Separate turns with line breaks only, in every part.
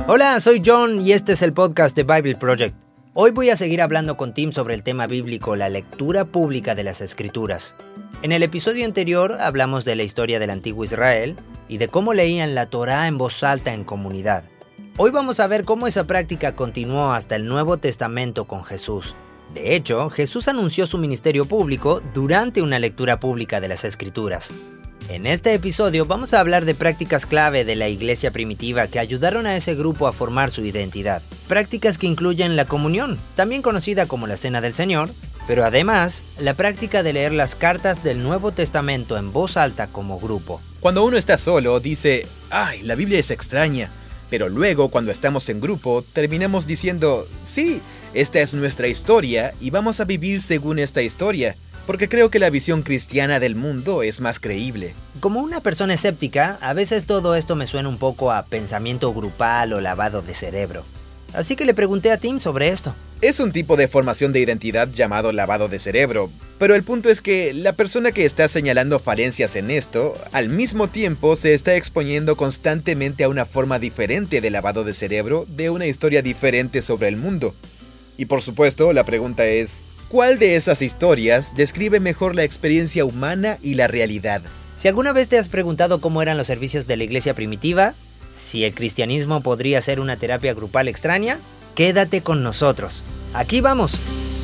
Hola, soy John y este es el podcast de Bible Project. Hoy voy a seguir hablando con Tim sobre el tema bíblico, la lectura pública de las Escrituras. En el episodio anterior hablamos de la historia del antiguo Israel y de cómo leían la Torá en voz alta en comunidad. Hoy vamos a ver cómo esa práctica continuó hasta el Nuevo Testamento con Jesús. De hecho, Jesús anunció su ministerio público durante una lectura pública de las Escrituras. En este episodio vamos a hablar de prácticas clave de la iglesia primitiva que ayudaron a ese grupo a formar su identidad. Prácticas que incluyen la comunión, también conocida como la Cena del Señor, pero además la práctica de leer las cartas del Nuevo Testamento en voz alta como grupo.
Cuando uno está solo, dice, ¡ay, la Biblia es extraña! Pero luego, cuando estamos en grupo, terminamos diciendo, sí, esta es nuestra historia y vamos a vivir según esta historia. Porque creo que la visión cristiana del mundo es más creíble.
Como una persona escéptica, a veces todo esto me suena un poco a pensamiento grupal o lavado de cerebro. Así que le pregunté a Tim sobre esto.
Es un tipo de formación de identidad llamado lavado de cerebro, pero el punto es que la persona que está señalando falencias en esto, al mismo tiempo se está exponiendo constantemente a una forma diferente de lavado de cerebro de una historia diferente sobre el mundo. Y por supuesto, la pregunta es, ¿cuál de esas historias describe mejor la experiencia humana y la realidad?
Si alguna vez te has preguntado cómo eran los servicios de la iglesia primitiva, si el cristianismo podría ser una terapia grupal extraña, quédate con nosotros. ¡Aquí vamos!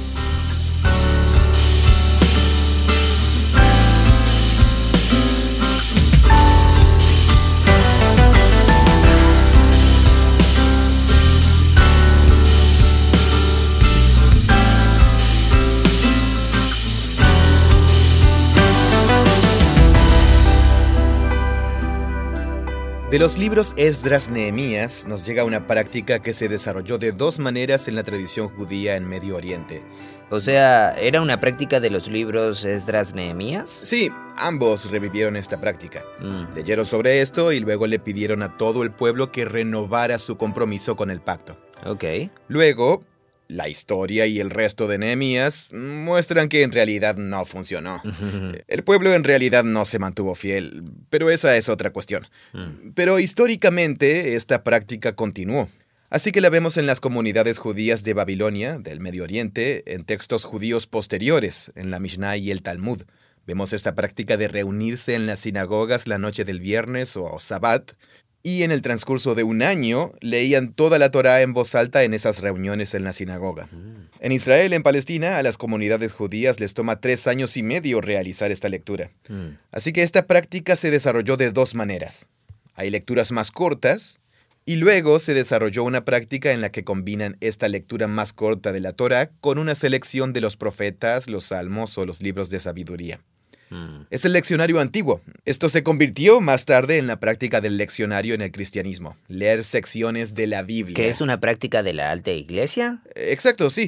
De los libros Esdras-Nehemías nos llega una práctica que se desarrolló de dos maneras en la tradición judía en Medio Oriente.
O sea, ¿era una práctica de los libros Esdras-Nehemías?
Sí, ambos revivieron esta práctica. Leyeron sobre esto y luego le pidieron a todo el pueblo que renovara su compromiso con el pacto.
Ok.
Luego, la historia y el resto de Nehemías muestran que en realidad no funcionó. El pueblo en realidad no se mantuvo fiel, pero esa es otra cuestión. Pero históricamente esta práctica continuó. Así que la vemos en las comunidades judías de Babilonia, del Medio Oriente, en textos judíos posteriores, en la Mishnah y el Talmud. Vemos esta práctica de reunirse en las sinagogas la noche del viernes o Sabbat, y en el transcurso de un año leían toda la Torá en voz alta en esas reuniones en la sinagoga. En Israel, en Palestina, a las comunidades judías les toma 3 años y medio realizar esta lectura. Así que esta práctica se desarrolló de dos maneras. Hay lecturas más cortas, y luego se desarrolló una práctica en la que combinan esta lectura más corta de la Torá con una selección de los profetas, los salmos o los libros de sabiduría. Es el leccionario antiguo. Esto se convirtió más tarde en la práctica del leccionario en el cristianismo. Leer secciones de la Biblia.
¿Que es una práctica de la alta iglesia?
Exacto, sí.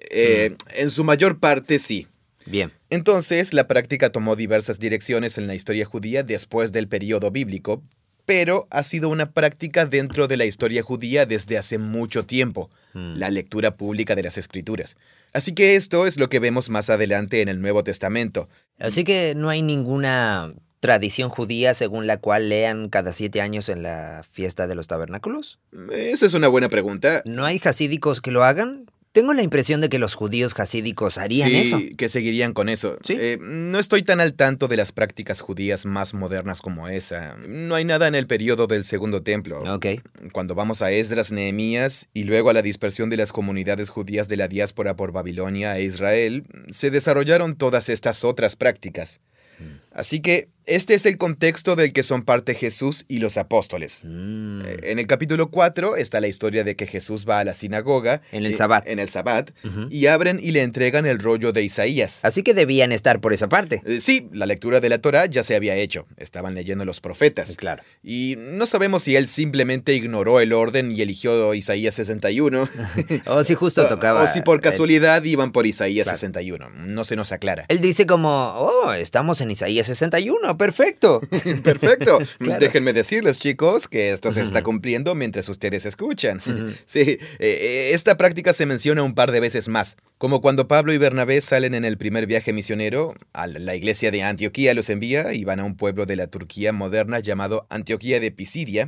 En su mayor parte, sí.
Bien.
Entonces, la práctica tomó diversas direcciones en la historia judía después del período bíblico, pero ha sido una práctica dentro de la historia judía desde hace mucho tiempo, la lectura pública de las Escrituras. Así que esto es lo que vemos más adelante en el Nuevo Testamento.
Así que no hay ninguna tradición judía según la cual lean cada 7 años en la fiesta de los tabernáculos.
Esa es una buena pregunta.
¿No hay hasídicos que lo hagan? Tengo la impresión de que los judíos hasídicos harían eso.
Sí, que seguirían con eso.
¿Sí?
No estoy tan al tanto de las prácticas judías más modernas como esa. No hay nada en el periodo del Segundo Templo.
Ok.
Cuando vamos a Esdras, Nehemías y luego a la dispersión de las comunidades judías de la diáspora por Babilonia e Israel, se desarrollaron todas estas otras prácticas. Así que este es el contexto del que son parte Jesús y los apóstoles. En el capítulo 4 está la historia de que Jesús va a la sinagoga.
En el Sabbat.
En el Sabbat. Y abren y le entregan el rollo de Isaías.
Así que debían estar por esa parte.
Sí, la lectura de la Torá ya se había hecho. Estaban leyendo los profetas.
Claro.
Y no sabemos si él simplemente ignoró el orden y eligió Isaías 61.
O si justo tocaba.
O si por casualidad iban por Isaías 61. No se nos aclara.
Él dice como, estamos en Isaías 61, perfecto.
Perfecto.
Claro.
Déjenme decirles, chicos, que esto se está cumpliendo mientras ustedes escuchan. Sí, esta práctica se menciona un par de veces más. Como cuando Pablo y Bernabé salen en el primer viaje misionero, a la iglesia de Antioquía los envía y van a un pueblo de la Turquía moderna llamado Antioquía de Pisidia.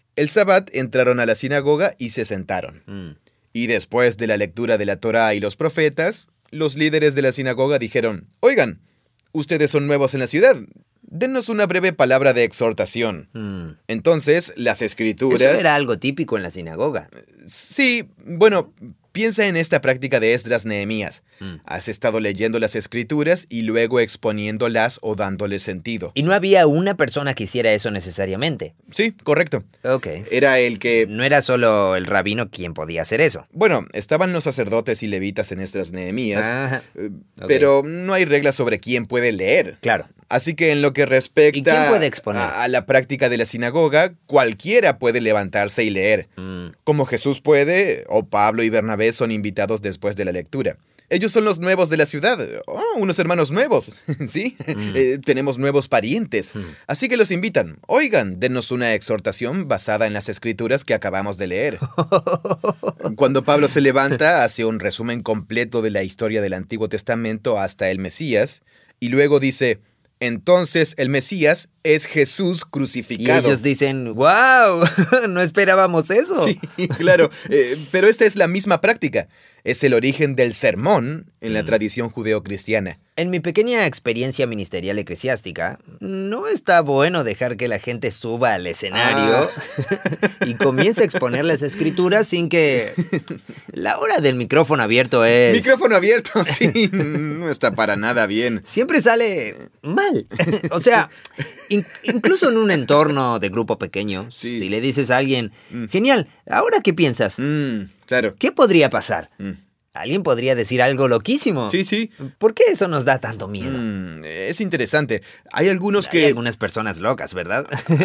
El Sabbat entraron a la sinagoga y se sentaron. Y después de la lectura de la Torá y los profetas, los líderes de la sinagoga dijeron, «Oigan, ustedes son nuevos en la ciudad. Denos una breve palabra de exhortación». Entonces, las escrituras...
Eso era algo típico en la sinagoga.
Sí, bueno, piensa en esta práctica de Esdras Nehemías. Has estado leyendo las escrituras y luego exponiéndolas o dándoles sentido.
Y no había una persona que hiciera eso necesariamente.
Sí, correcto.
Ok.
Era el que...
No era solo el rabino quien podía hacer eso.
Bueno, estaban los sacerdotes y levitas en Esdras Nehemías,
Ajá.
pero no hay reglas sobre quién puede leer.
Claro.
Así que en lo que
¿Y
respecta
quién puede exponer?
a la práctica de la sinagoga, cualquiera puede levantarse y leer. Como Jesús puede, o Pablo y Bernabé son invitados después de la lectura. Ellos son los nuevos de la ciudad. Oh, unos hermanos nuevos. Sí, tenemos nuevos parientes. Así que los invitan. Oigan, denos una exhortación basada en las escrituras que acabamos de leer. Cuando Pablo se levanta, hace un resumen completo de la historia del Antiguo Testamento hasta el Mesías, y luego dice... Entonces el Mesías es Jesús
Y
crucificado.
ellos dicen, ¡wow! No esperábamos eso.
Sí, claro. Pero esta es la misma práctica. Es el origen del sermón en la tradición judeocristiana.
En mi pequeña experiencia ministerial eclesiástica, no está bueno dejar que la gente suba al escenario y comience a exponer las escrituras sin que... La hora del micrófono abierto es...
Micrófono abierto, sí. No está para nada bien.
Siempre sale mal. O sea, incluso en un entorno de grupo pequeño,
Sí.
si le dices a alguien, genial, ¿ahora qué piensas?
Claro.
¿Qué podría pasar? Alguien podría decir algo loquísimo.
Sí, sí.
¿Por qué eso nos da tanto miedo?
Es interesante. Hay algunos
Hay
que...
algunas personas locas, ¿verdad?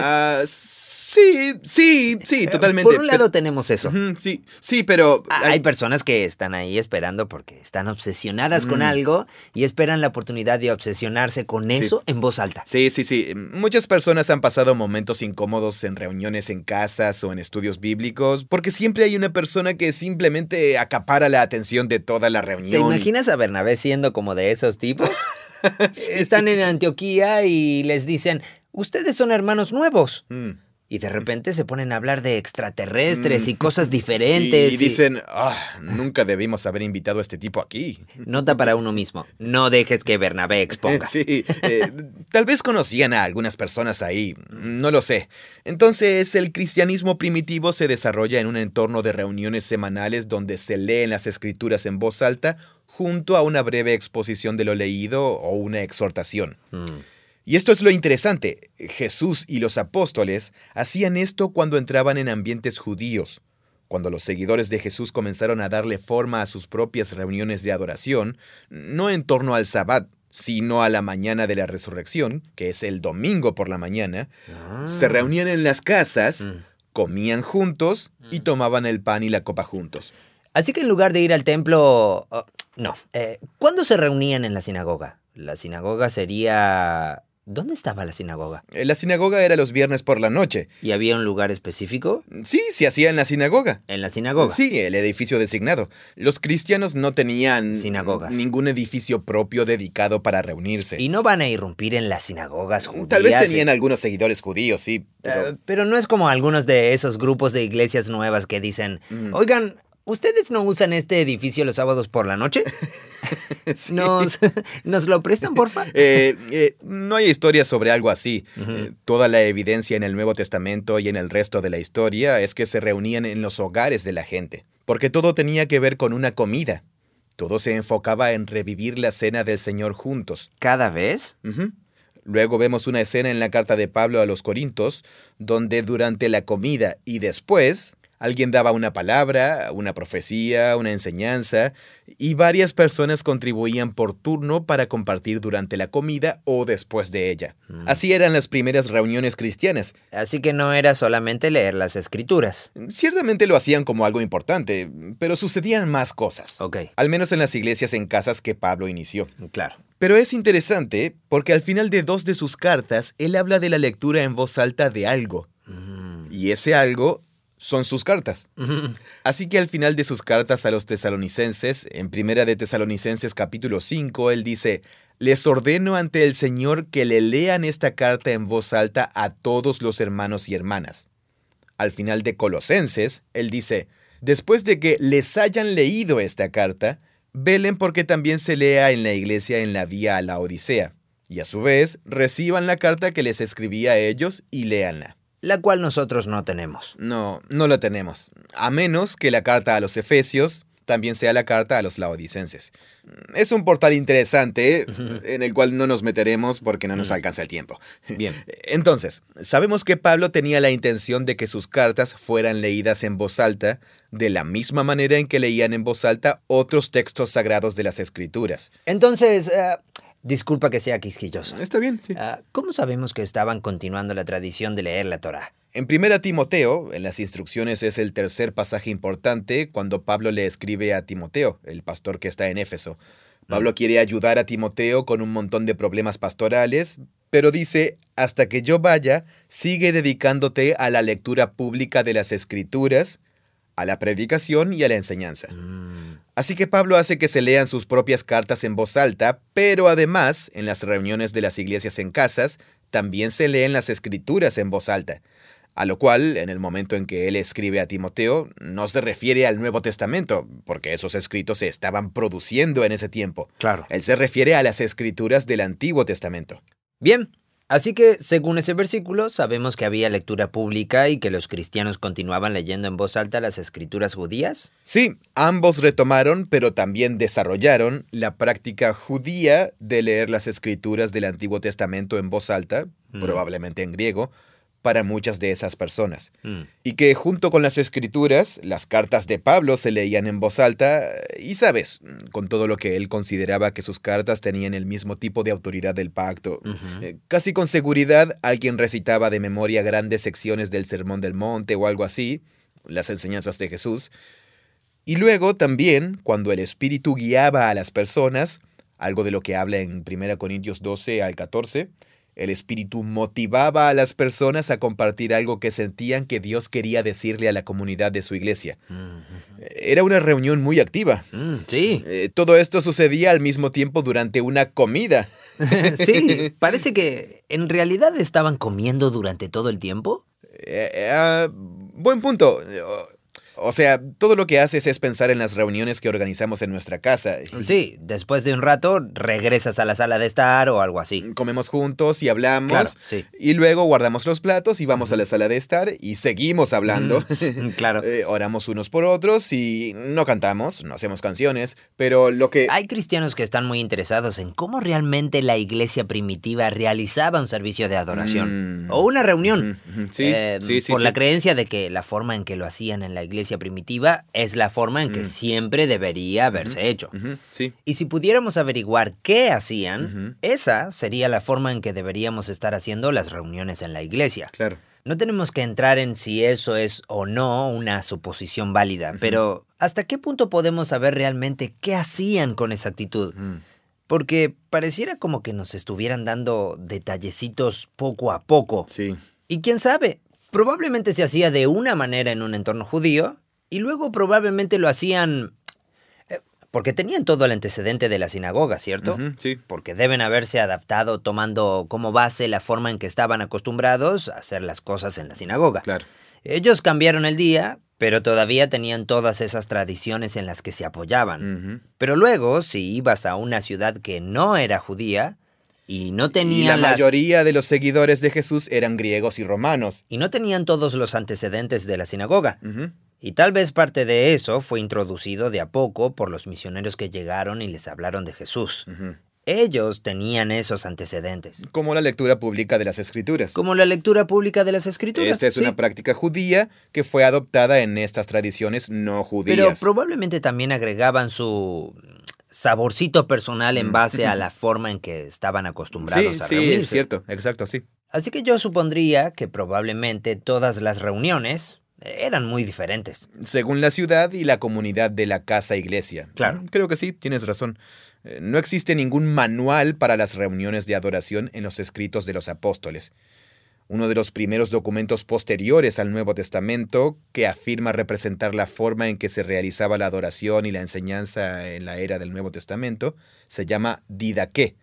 Sí, totalmente.
Por un lado tenemos eso.
Sí, pero...
Hay personas que están ahí esperando porque están obsesionadas con algo y esperan la oportunidad de obsesionarse con eso en voz alta.
Sí. Muchas personas han pasado momentos incómodos en reuniones en casas o en estudios bíblicos porque siempre hay una persona que simplemente acapara la atención de toda la reunión.
¿Te imaginas a Bernabé siendo como de esos tipos? Están en Antioquía y les dicen, ustedes son hermanos nuevos. Y de repente se ponen a hablar de extraterrestres y cosas diferentes.
Y dicen, nunca debimos haber invitado a este tipo aquí.
Nota para uno mismo, no dejes que Bernabé exponga.
Sí, tal vez conocían a algunas personas ahí, no lo sé. Entonces, el cristianismo primitivo se desarrolla en un entorno de reuniones semanales donde se leen las escrituras en voz alta junto a una breve exposición de lo leído o una exhortación. Y esto es lo interesante. Jesús y los apóstoles hacían esto cuando entraban en ambientes judíos. Cuando los seguidores de Jesús comenzaron a darle forma a sus propias reuniones de adoración, no en torno al Sabbat, sino a la mañana de la resurrección, que es el domingo por la mañana, se reunían en las casas, comían juntos y tomaban el pan y la copa juntos.
Así que en lugar de ir al templo... ¿cuándo se reunían en la sinagoga? La sinagoga sería... ¿Dónde estaba la sinagoga?
La sinagoga era los viernes por la noche.
¿Y había un lugar específico?
Sí, se hacía en la sinagoga.
¿En la sinagoga?
Sí, el edificio designado. Los cristianos no tenían
sinagogas,
ningún edificio propio dedicado para reunirse.
Y no van a irrumpir en las sinagogas judías.
Tal vez tenían algunos seguidores judíos, sí,
pero no es como algunos de esos grupos de iglesias nuevas que dicen, oigan, ¿ustedes no usan este edificio los sábados por la noche? Sí. ¿Nos lo prestan, porfa?
No hay historia sobre algo así. Toda la evidencia en el Nuevo Testamento y en el resto de la historia es que se reunían en los hogares de la gente, porque todo tenía que ver con una comida. Todo se enfocaba en revivir la cena del Señor juntos.
¿Cada vez?
Luego vemos una escena en la carta de Pablo a los Corintios, donde durante la comida y después... alguien daba una palabra, una profecía, una enseñanza, y varias personas contribuían por turno para compartir durante la comida o después de ella. Así eran las primeras reuniones cristianas.
Así que no era solamente leer las escrituras.
Ciertamente lo hacían como algo importante, pero sucedían más cosas.
Ok.
Al menos en las iglesias en casas que Pablo inició.
Claro.
Pero es interesante porque al final de 2 de sus cartas, él habla de la lectura en voz alta de algo. Y ese algo... son sus cartas. Así que al final de sus cartas a los tesalonicenses, en Primera de Tesalonicenses capítulo 5, él dice, les ordeno ante el Señor que le lean esta carta en voz alta a todos los hermanos y hermanas. al final de Colosenses, él dice: después de que les hayan leído esta carta, velen porque también se lea en la iglesia en la vía a la Odisea, y a su vez reciban la carta que les escribí a ellos y léanla.
La cual nosotros no tenemos.
No la tenemos, a menos que la carta a los Efesios también sea la carta a los laodicenses. Es un portal interesante, en el cual no nos meteremos porque no nos alcanza el tiempo.
Bien.
Entonces, sabemos que Pablo tenía la intención de que sus cartas fueran leídas en voz alta, de la misma manera en que leían en voz alta otros textos sagrados de las Escrituras.
Entonces, disculpa que sea quisquilloso.
Está bien, sí.
¿Cómo sabemos que estaban continuando la tradición de leer la Torá?
En 1 Timoteo, en las instrucciones, es el tercer pasaje importante cuando Pablo le escribe a Timoteo, el pastor que está en Éfeso. Pablo quiere ayudar a Timoteo con un montón de problemas pastorales, pero dice: hasta que yo vaya, sigue dedicándote a la lectura pública de las Escrituras, a la predicación y a la enseñanza. Así que Pablo hace que se lean sus propias cartas en voz alta, pero además, en las reuniones de las iglesias en casas, también se leen las Escrituras en voz alta. A lo cual, en el momento en que él escribe a Timoteo, no se refiere al Nuevo Testamento, porque esos escritos se estaban produciendo en ese tiempo.
Claro.
Él se refiere a las Escrituras del Antiguo Testamento.
Bien, así que, según ese versículo, sabemos que había lectura pública y que los cristianos continuaban leyendo en voz alta las Escrituras judías.
Sí, ambos retomaron, pero también desarrollaron la práctica judía de leer las Escrituras del Antiguo Testamento en voz alta, probablemente en griego, para muchas de esas personas. Y que junto con las Escrituras, las cartas de Pablo se leían en voz alta, y sabes, con todo lo que él consideraba que sus cartas tenían el mismo tipo de autoridad del pacto. Casi con seguridad alguien recitaba de memoria grandes secciones del Sermón del Monte o algo así, las enseñanzas de Jesús. Y luego también, cuando el Espíritu guiaba a las personas, algo de lo que habla en 1 Corintios 12 al 14, el Espíritu motivaba a las personas a compartir algo que sentían que Dios quería decirle a la comunidad de su iglesia. Era una reunión muy activa.
Sí.
Todo esto sucedía al mismo tiempo durante una comida.
Sí, parece que en realidad estaban comiendo durante todo el tiempo.
Buen punto. O sea, todo lo que haces es pensar en las reuniones que organizamos en nuestra casa.
Sí, después de un rato regresas a la sala de estar o algo así.
Comemos juntos y hablamos.
Claro, sí.
Y luego guardamos los platos y vamos a la sala de estar y seguimos hablando.
Claro.
Oramos unos por otros y no cantamos, no hacemos canciones, pero lo que...
Hay cristianos que están muy interesados en cómo realmente la iglesia primitiva realizaba un servicio de adoración o una reunión.
Sí,
por la creencia de que la forma en que lo hacían en la iglesia primitiva es la forma en que siempre debería haberse hecho.
Sí.
Y si pudiéramos averiguar qué hacían, esa sería la forma en que deberíamos estar haciendo las reuniones en la iglesia.
Claro.
No tenemos que entrar en si eso es o no una suposición válida, pero ¿hasta qué punto podemos saber realmente qué hacían con esa actitud? Porque pareciera como que nos estuvieran dando detallecitos poco a poco.
Sí.
Y quién sabe, probablemente se hacía de una manera en un entorno judío y luego probablemente lo hacían porque tenían todo el antecedente de la sinagoga, ¿cierto?
Sí.
Porque deben haberse adaptado tomando como base la forma en que estaban acostumbrados a hacer las cosas en la sinagoga.
Claro.
Ellos cambiaron el día, pero todavía tenían todas esas tradiciones en las que se apoyaban. Pero luego, si ibas a una ciudad que no era judía y no tenían
mayoría de los seguidores de Jesús eran griegos y romanos.
Y no tenían todos los antecedentes de la sinagoga. Y tal vez parte de eso fue introducido de a poco por los misioneros que llegaron y les hablaron de Jesús. Ellos tenían esos antecedentes.
Como la lectura pública de las Escrituras.
Como la lectura pública de las Escrituras.
Esta es una práctica judía que fue adoptada en estas tradiciones no judías.
Pero probablemente también agregaban su saborcito personal en base a la forma en que estaban acostumbrados a reunirse.
Sí, es cierto, exacto, sí.
Así que yo supondría que probablemente todas las reuniones eran muy diferentes.
Según la ciudad y la comunidad de la casa iglesia.
Claro.
Creo que sí, tienes razón. No existe ningún manual para las reuniones de adoración en los escritos de los apóstoles. Uno de los primeros documentos posteriores al Nuevo Testamento que afirma representar la forma en que se realizaba la adoración y la enseñanza en la era del Nuevo Testamento se llama Didaqué,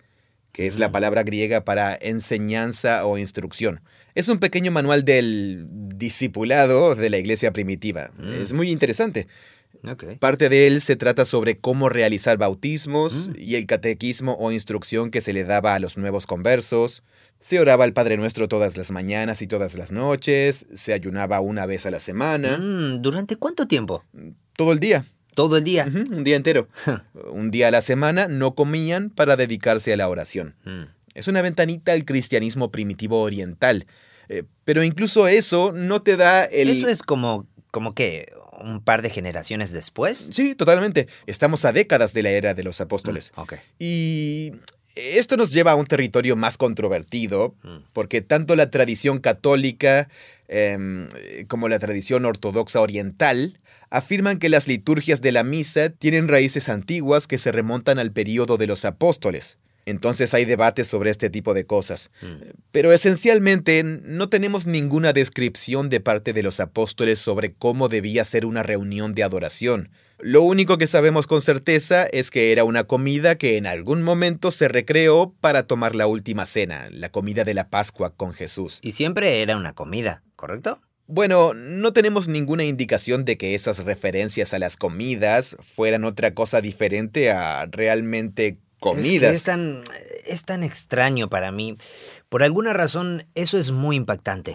que es la palabra griega para enseñanza o instrucción. Es un pequeño manual del discipulado de la iglesia primitiva. Es muy interesante.
Okay.
Parte de él se trata sobre cómo realizar bautismos y el catequismo o instrucción que se le daba a los nuevos conversos. Se oraba al Padre Nuestro todas las mañanas y todas las noches. Se ayunaba una vez a la semana.
¿Durante cuánto tiempo?
Todo el día.
¿Todo el día?
Un día entero. Un día a la semana no comían para dedicarse a la oración. Es una ventanita al cristianismo primitivo oriental. Pero incluso eso no te da el...
¿Eso es como que un par de generaciones después?
Sí, totalmente. Estamos a décadas de la era de los apóstoles.
Okay.
Y esto nos lleva a un territorio más controvertido, porque tanto la tradición católica como la tradición ortodoxa oriental afirman que las liturgias de la misa tienen raíces antiguas que se remontan al período de los apóstoles. Entonces hay debates sobre este tipo de cosas. Pero esencialmente no tenemos ninguna descripción de parte de los apóstoles sobre cómo debía ser una reunión de adoración. Lo único que sabemos con certeza es que era una comida que en algún momento se recreó para tomar la última cena, la comida de la Pascua con Jesús.
Y siempre era una comida, ¿correcto?
Bueno, no tenemos ninguna indicación de que esas referencias a las comidas fueran otra cosa diferente a realmente comidas.
Es que es tan extraño para mí. Por alguna razón, eso es muy impactante.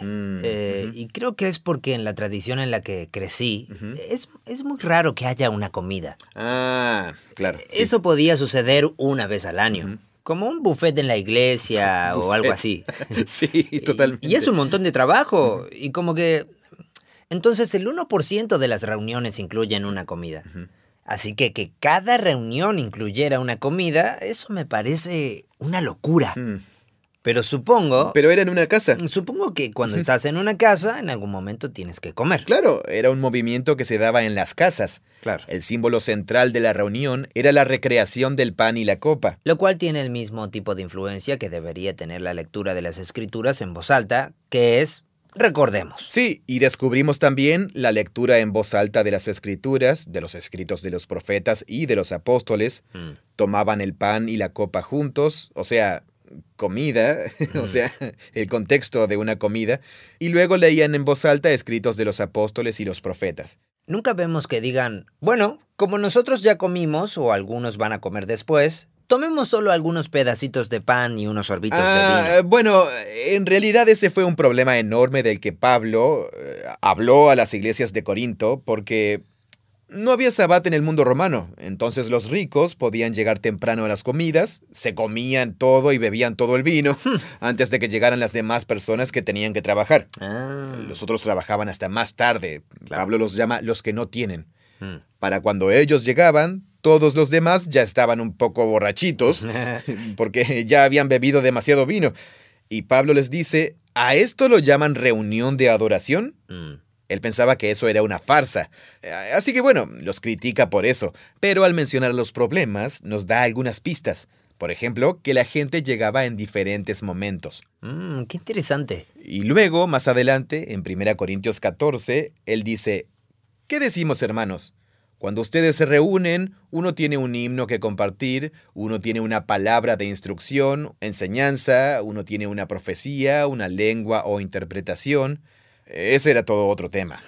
Y creo que es porque en la tradición en la que crecí, es muy raro que haya una comida.
Ah, claro. Sí.
Eso podía suceder una vez al año. Como un buffet en la iglesia o algo así.
Sí, totalmente.
Y es un montón de trabajo. Y como que... Entonces el 1% de las reuniones incluyen una comida. Así que cada reunión incluyera una comida, eso me parece una locura. Pero supongo...
Pero era en una casa.
Supongo que cuando estás en una casa, en algún momento tienes que comer.
Claro, era un movimiento que se daba en las casas.
Claro.
El símbolo central de la reunión era la recreación del pan y la copa.
Lo cual tiene el mismo tipo de influencia que debería tener la lectura de las escrituras en voz alta, que es... Recordemos.
Sí, y descubrimos también la lectura en voz alta de las escrituras, de los escritos de los profetas y de los apóstoles. Tomaban el pan y la copa juntos, o sea, comida, o sea, el contexto de una comida, y luego leían en voz alta escritos de los apóstoles y los profetas.
Nunca vemos que digan, bueno, como nosotros ya comimos o algunos van a comer después, tomemos solo algunos pedacitos de pan y unos sorbitos de vino.
Bueno, en realidad ese fue un problema enorme del que Pablo habló a las iglesias de Corinto porque no había sabbat en el mundo romano. Entonces los ricos podían llegar temprano a las comidas, se comían todo y bebían todo el vino antes de que llegaran las demás personas que tenían que trabajar. Los otros trabajaban hasta más tarde. Claro. Pablo los llama los que no tienen. Para cuando ellos llegaban, todos los demás ya estaban un poco borrachitos porque ya habían bebido demasiado vino. Y Pablo les dice, ¿a esto lo llaman reunión de adoración? Él pensaba que eso era una farsa. Así que bueno, los critica por eso. Pero al mencionar los problemas, nos da algunas pistas. Por ejemplo, que la gente llegaba en diferentes momentos.
¡Qué interesante!
Y luego, más adelante, en 1 Corintios 14, él dice, ¿qué decimos, hermanos? Cuando ustedes se reúnen, uno tiene un himno que compartir, uno tiene una palabra de instrucción, enseñanza, uno tiene una profecía, una lengua o interpretación. Ese era todo otro tema.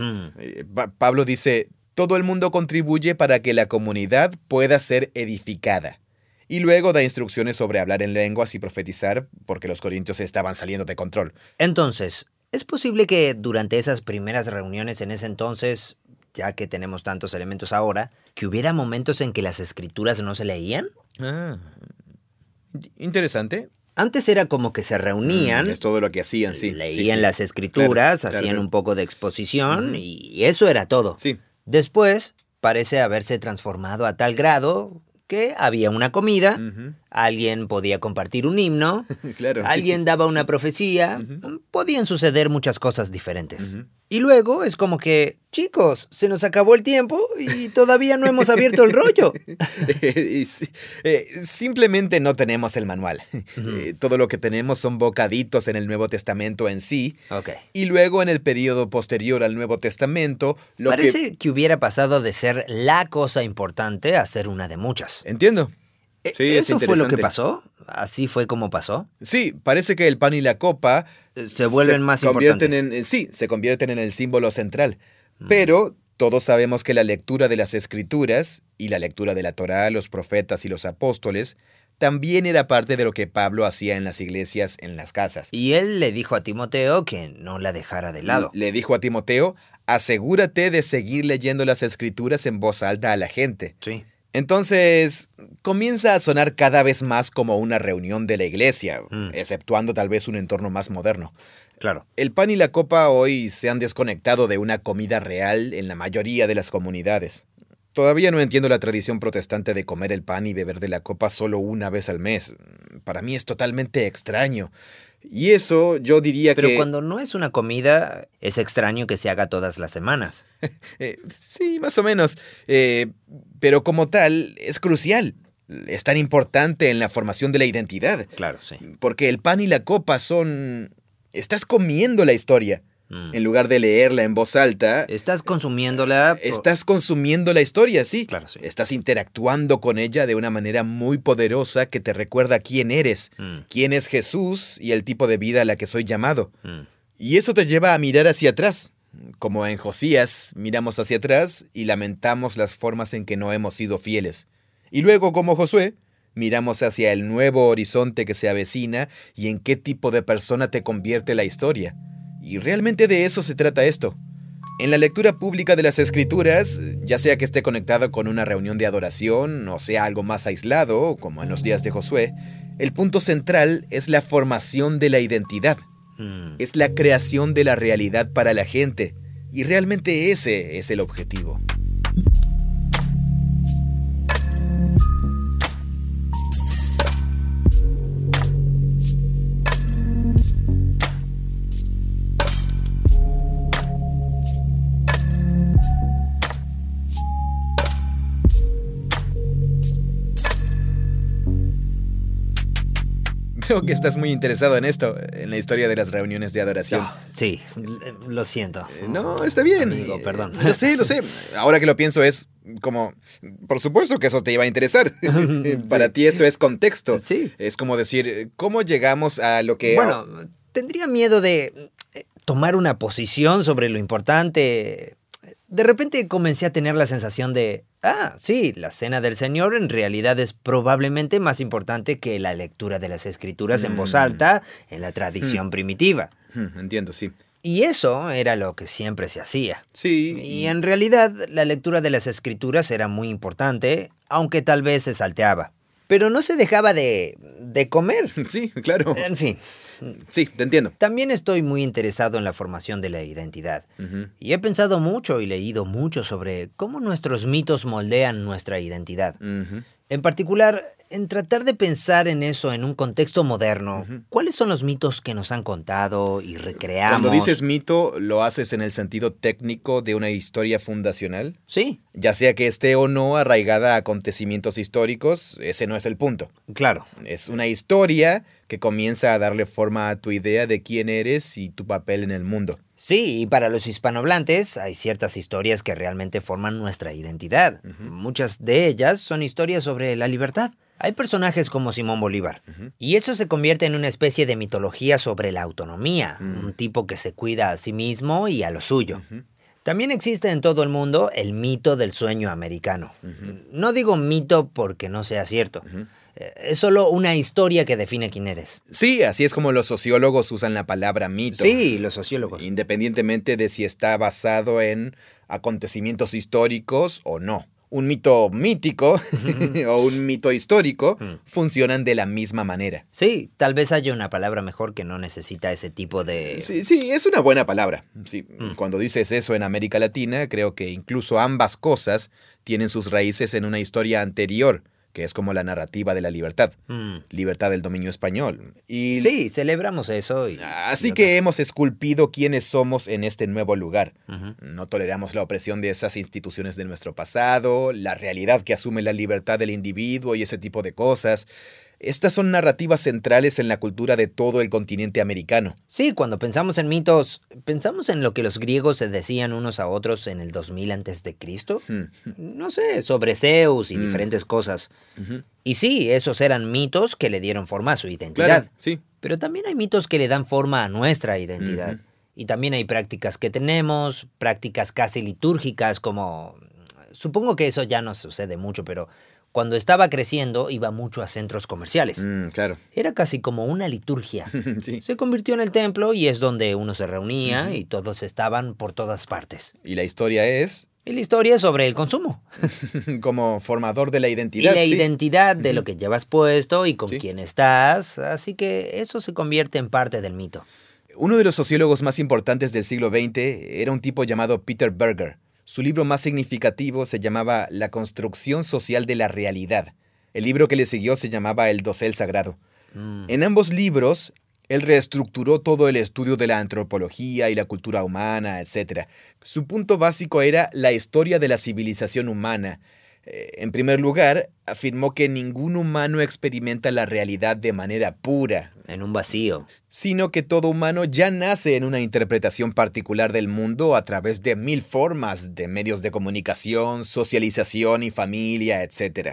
Pablo dice, todo el mundo contribuye para que la comunidad pueda ser edificada. Y luego da instrucciones sobre hablar en lenguas y profetizar, porque los corintios estaban saliendo de control.
Entonces, ¿es posible que durante esas primeras reuniones en ese entonces, ya que tenemos tantos elementos ahora, que hubiera momentos en que las escrituras no se leían?
Interesante.
Antes era como que se reunían.
Es todo lo que hacían, sí.
Leían las escrituras,
claro,
hacían un poco de exposición y eso era todo.
Sí.
Después parece haberse transformado a tal grado que había una comida, alguien podía compartir un himno,
claro,
alguien daba una profecía, podían suceder muchas cosas diferentes. Y luego es como que, chicos, se nos acabó el tiempo y todavía no hemos abierto el rollo.
Simplemente no tenemos el manual. Todo lo que tenemos son bocaditos en el Nuevo Testamento en sí.
Okay.
Y luego en el periodo posterior al Nuevo Testamento...
Parece que hubiera pasado de ser la cosa importante a ser una de muchas.
Entiendo. Sí, es
¿Eso fue lo que
interesante.
pasó? ¿Así fue como pasó?
Sí, parece que el pan y la copa
Se vuelven más
convierten
importantes.
sí, se convierten en el símbolo central.
Mm,
Pero todos sabemos que la lectura de las Escrituras y la lectura de la Torá, los profetas y los apóstoles también era parte de lo que Pablo hacía en las iglesias, en las casas.
Y él le dijo a Timoteo que no la dejara de lado.
Le dijo a Timoteo, asegúrate de seguir leyendo las Escrituras en voz alta a la gente.
Sí.
Entonces, comienza a sonar cada vez más como una reunión de la iglesia,
Mm.
exceptuando tal vez un entorno más moderno.
Claro.
El pan y la copa hoy se han desconectado de una comida real en la mayoría de las comunidades. Todavía no entiendo la tradición protestante de comer el pan y beber de la copa solo una vez al mes. Para mí es totalmente extraño. Y eso yo diría
Pero
que...
cuando no es una comida, es extraño que se haga todas las semanas.
Sí, más o menos. Pero como tal, es crucial. Es tan importante en la formación de la identidad.
Claro, sí.
Porque el pan y la copa son... Estás comiendo la historia. En lugar de leerla en voz alta,
Estás consumiéndola.
estás consumiendo la historia, sí.
Claro, sí.
Estás interactuando con ella de una manera muy poderosa que te recuerda quién eres, quién es Jesús y el tipo de vida a la que soy llamado. Y eso te lleva a mirar hacia atrás. Como en Josías, miramos hacia atrás y lamentamos las formas en que no hemos sido fieles. Y luego, como Josué, miramos hacia el nuevo horizonte que se avecina y en qué tipo de persona te convierte la historia. Y realmente de eso se trata esto. En la lectura pública de las Escrituras, ya sea que esté conectado con una reunión de adoración o sea algo más aislado, como en los días de Josué, el punto central es la formación de la identidad. Es la creación de la realidad para la gente. Y realmente ese es el objetivo. Creo que estás muy interesado en esto, en la historia de las reuniones de adoración.
Sí, lo siento.
No, está bien.
Amigo, perdón.
Lo sé. Ahora que lo pienso es como... Por supuesto que eso te iba a interesar. Para ti esto es contexto.
Sí.
Es como decir, ¿cómo llegamos a lo que...
Bueno, tendría miedo de tomar una posición sobre lo importante. De repente comencé a tener la sensación de, sí, la cena del Señor en realidad es probablemente más importante que la lectura de las Escrituras en voz alta en la tradición primitiva.
Entiendo, sí.
Y eso era lo que siempre se hacía.
Sí.
Y en realidad la lectura de las Escrituras era muy importante, aunque tal vez se salteaba. Pero no se dejaba de comer.
Sí, claro.
En fin.
Sí, te entiendo.
También estoy muy interesado en la formación de la identidad. Y he pensado mucho y leído mucho sobre cómo nuestros mitos moldean nuestra identidad. En particular, en tratar de pensar en eso en un contexto moderno, ¿cuáles son los mitos que nos han contado y recreamos?
Cuando dices mito, ¿lo haces en el sentido técnico de una historia fundacional?
Sí.
Ya sea que esté o no arraigada a acontecimientos históricos, ese no es el punto.
Claro.
Es una historia que comienza a darle forma a tu idea de quién eres y tu papel en el mundo.
Sí, y para los hispanohablantes hay ciertas historias que realmente forman nuestra identidad. Muchas de ellas son historias sobre la libertad. Hay personajes como Simón Bolívar. Y eso se convierte en una especie de mitología sobre la autonomía. Un tipo que se cuida a sí mismo y a lo suyo. También existe en todo el mundo el mito del sueño americano. No digo mito porque no sea cierto. Es solo una historia que define quién eres.
Sí, así es como los sociólogos usan la palabra mito.
Sí, los sociólogos.
Independientemente de si está basado en acontecimientos históricos o no. Un mito mítico o un mito histórico funcionan de la misma manera.
Sí, tal vez haya una palabra mejor que no necesita ese tipo de...
Sí, es una buena palabra. Sí, cuando dices eso en América Latina, creo que incluso ambas cosas tienen sus raíces en una historia anterior, que es como la narrativa de la libertad. Libertad del dominio español. Y
sí, celebramos eso.
Así que hemos esculpido quiénes somos en este nuevo lugar. No toleramos la opresión de esas instituciones de nuestro pasado, la realidad que asume la libertad del individuo y ese tipo de cosas. Estas son narrativas centrales en la cultura de todo el continente americano.
Sí, cuando pensamos en mitos, ¿pensamos en lo que los griegos se decían unos a otros en el 2000 antes de Cristo? No sé, sobre Zeus y diferentes cosas. Y sí, esos eran mitos que le dieron forma a su identidad.
Claro, sí.
Pero también hay mitos que le dan forma a nuestra identidad. Y también hay prácticas que tenemos, prácticas casi litúrgicas como... Supongo que eso ya no sucede mucho, pero cuando estaba creciendo iba mucho a centros comerciales.
Claro.
Era casi como una liturgia.
Sí.
Se convirtió en el templo y es donde uno se reunía y todos estaban por todas partes.
Y la historia es...
Y la historia es sobre el consumo.
como formador de la
Y
identidad.
la
sí.
identidad de lo que llevas puesto y con
Sí.
quién estás. Así que eso se convierte en parte del mito.
Uno de los sociólogos más importantes del siglo XX era un tipo llamado Peter Berger. Su libro más significativo se llamaba La construcción social de la realidad. El libro que le siguió se llamaba El dosel sagrado. En ambos libros, él reestructuró todo el estudio de la antropología y la cultura humana, etc. Su punto básico era la historia de la civilización humana. En primer lugar, afirmó que ningún humano experimenta la realidad de manera pura,
En un vacío.
sino que todo humano ya nace en una interpretación particular del mundo a través de 1000 formas de medios de comunicación, socialización y familia, etc.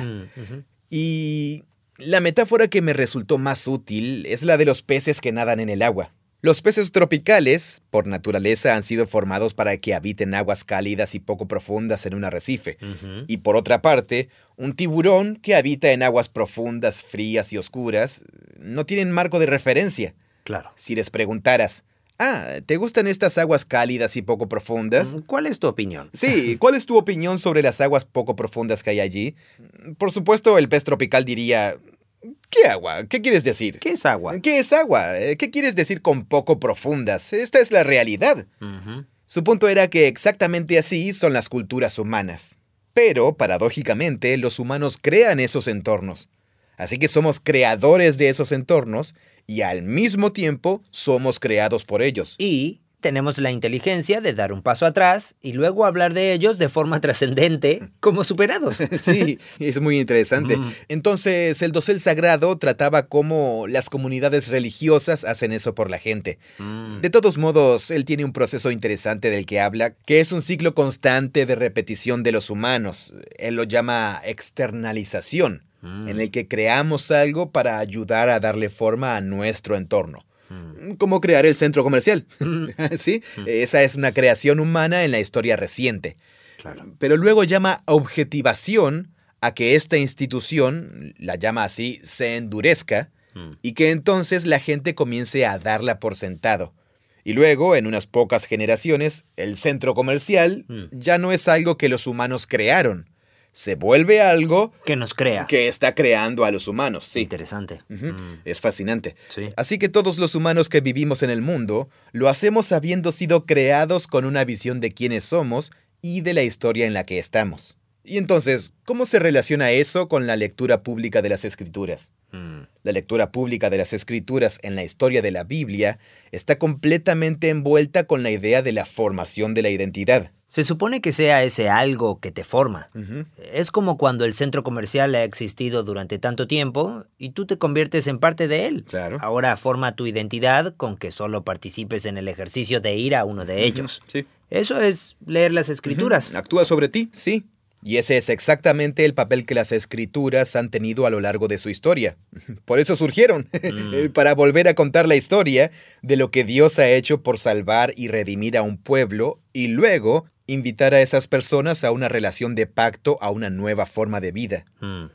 Y la metáfora que me resultó más útil es la de los peces que nadan en el agua. Los peces tropicales, por naturaleza, han sido formados para que habiten aguas cálidas y poco profundas en un arrecife. Y por otra parte, un tiburón que habita en aguas profundas, frías y oscuras, no tienen marco de referencia.
Claro.
Si les preguntaras, ¿te gustan estas aguas cálidas y poco profundas?
¿Cuál es tu opinión?
Sí, ¿cuál es tu opinión sobre las aguas poco profundas que hay allí? Por supuesto, el pez tropical diría... ¿Qué agua? ¿Qué quieres decir?
¿Qué es agua?
¿Qué es agua? ¿Qué quieres decir con poco profundas? Esta es la realidad. Su punto era que exactamente así son las culturas humanas. Pero, paradójicamente, los humanos crean esos entornos. Así que somos creadores de esos entornos y al mismo tiempo somos creados por ellos.
Y tenemos la inteligencia de dar un paso atrás y luego hablar de ellos de forma trascendente como superados.
Sí, es muy interesante. Entonces, el dosel sagrado trataba cómo las comunidades religiosas hacen eso por la gente. De todos modos, él tiene un proceso interesante del que habla, que es un ciclo constante de repetición de los humanos. Él lo llama externalización, en el que creamos algo para ayudar a darle forma a nuestro entorno. Como crear el centro comercial. ¿Sí? Esa es una creación humana en la historia reciente.
Claro.
Pero luego llama objetivación a que esta institución, la llama así, se endurezca y que entonces la gente comience a darla por sentado. Y luego, en unas pocas generaciones, el centro comercial ya no es algo que los humanos crearon. Se vuelve algo
Que nos crea.
que está creando a los humanos, sí.
Interesante.
Es fascinante.
Sí.
Así que todos los humanos que vivimos en el mundo lo hacemos habiendo sido creados con una visión de quiénes somos y de la historia en la que estamos. Y entonces, ¿cómo se relaciona eso con la lectura pública de las Escrituras? La lectura pública de las Escrituras en la historia de la Biblia está completamente envuelta con la idea de la formación de la identidad.
Se supone que sea ese algo que te forma. Es como cuando el centro comercial ha existido durante tanto tiempo y tú te conviertes en parte de él.
Claro.
Ahora forma tu identidad con que solo participes en el ejercicio de ir a uno de ellos.
Sí.
Eso es leer las escrituras.
Actúa sobre ti, sí. Y ese es exactamente el papel que las Escrituras han tenido a lo largo de su historia. Por eso surgieron, para volver a contar la historia de lo que Dios ha hecho por salvar y redimir a un pueblo y luego invitar a esas personas a una relación de pacto, a una nueva forma de vida.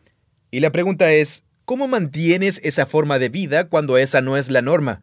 Y la pregunta es, ¿cómo mantienes esa forma de vida cuando esa no es la norma?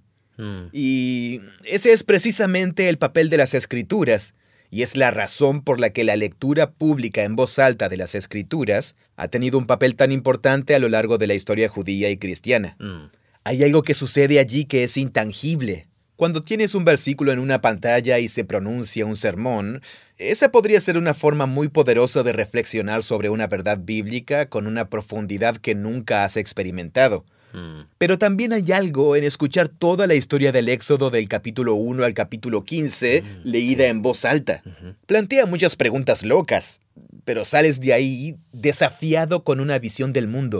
Y ese es precisamente el papel de las Escrituras. Y es la razón por la que la lectura pública en voz alta de las Escrituras ha tenido un papel tan importante a lo largo de la historia judía y cristiana. Hay algo que sucede allí que es intangible. Cuando tienes un versículo en una pantalla y se pronuncia un sermón, esa podría ser una forma muy poderosa de reflexionar sobre una verdad bíblica con una profundidad que nunca has experimentado. Pero también hay algo en escuchar toda la historia del Éxodo del capítulo 1 al capítulo 15 leída en voz alta. Plantea muchas preguntas locas, pero sales de ahí desafiado con una visión del mundo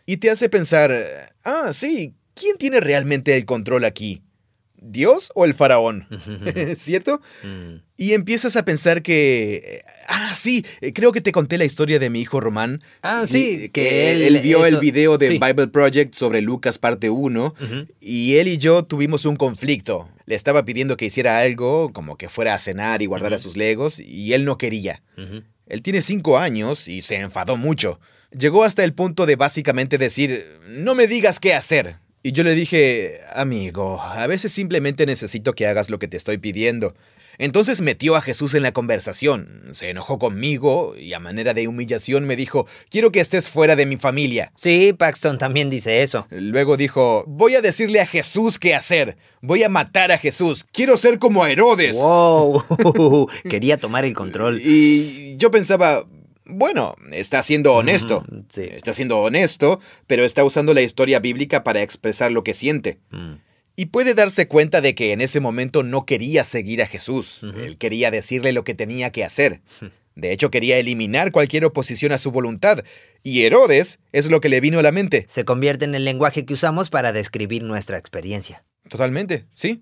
Y te hace pensar, sí, ¿quién tiene realmente el control aquí? ¿Dios o el faraón? ¿Cierto? Y empiezas a pensar que... sí, creo que te conté la historia de mi hijo Román.
Sí,
que él vio el video de Bible Project sobre Lucas parte 1 y él y yo tuvimos un conflicto. Le estaba pidiendo que hiciera algo, como que fuera a cenar y guardara sus legos, y él no quería. Él tiene 5 años y se enfadó mucho. Llegó hasta el punto de básicamente decir, no me digas qué hacer. Y yo le dije, amigo, a veces simplemente necesito que hagas lo que te estoy pidiendo. Entonces metió a Jesús en la conversación, se enojó conmigo y a manera de humillación me dijo, quiero que estés fuera de mi familia.
Sí, Paxton también dice eso.
Luego dijo, voy a decirle a Jesús qué hacer, voy a matar a Jesús, quiero ser como Herodes.
¡Wow! Quería tomar el control.
Y yo pensaba... Bueno, está siendo honesto.
Sí.
Está siendo honesto, pero está usando la historia bíblica para expresar lo que siente. Y puede darse cuenta de que en ese momento no quería seguir a Jesús. Él quería decirle lo que tenía que hacer. De hecho, quería eliminar cualquier oposición a su voluntad. Y Herodes es lo que le vino a la mente.
Se convierte en el lenguaje que usamos para describir nuestra experiencia.
Totalmente, sí.